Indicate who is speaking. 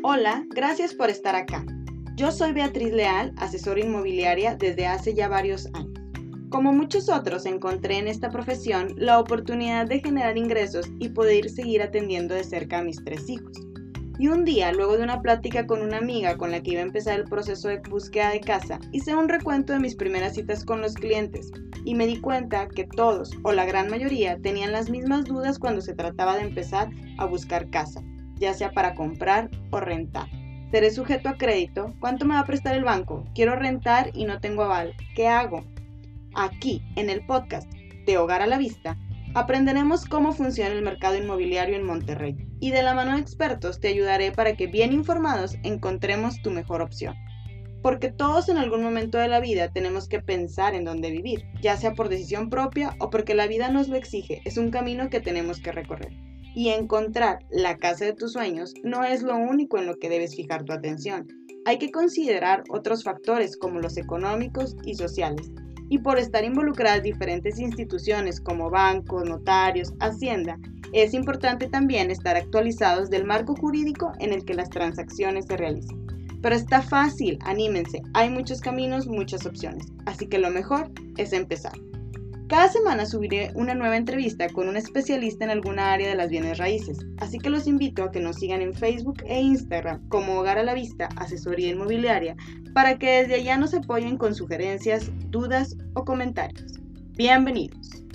Speaker 1: Hola, gracias por estar acá. Yo soy Beatriz Leal, asesora inmobiliaria desde hace ya varios años. Como muchos otros, encontré en esta profesión la oportunidad de generar ingresos y poder seguir atendiendo de cerca a mis 3 hijos. Y un día, luego de una plática con una amiga con la que iba a empezar el proceso de búsqueda de casa, hice un recuento de mis primeras citas con los clientes y me di cuenta que todos, o la gran mayoría, tenían las mismas dudas cuando se trataba de empezar a buscar casa, ya sea para comprar o rentar. ¿Seré sujeto a crédito? ¿Cuánto me va a prestar el banco? Quiero rentar y no tengo aval. ¿Qué hago? Aquí, en el podcast de Hogar a la Vista, aprenderemos cómo funciona el mercado inmobiliario en Monterrey y de la mano de expertos te ayudaré para que bien informados encontremos tu mejor opción. Porque todos en algún momento de la vida tenemos que pensar en dónde vivir, ya sea por decisión propia o porque la vida nos lo exige, es un camino que tenemos que recorrer. Y encontrar la casa de tus sueños no es lo único en lo que debes fijar tu atención. Hay que considerar otros factores como los económicos y sociales. Y por estar involucradas diferentes instituciones como bancos, notarios, hacienda, es importante también estar actualizados del marco jurídico en el que las transacciones se realizan. Pero está fácil, anímense, hay muchos caminos, muchas opciones, así que lo mejor es empezar. Cada semana subiré una nueva entrevista con un especialista en alguna área de las bienes raíces, así que los invito a que nos sigan en Facebook e Instagram como Hogar a la Vista, Asesoría Inmobiliaria, para que desde allá nos apoyen con sugerencias, dudas o comentarios. Bienvenidos.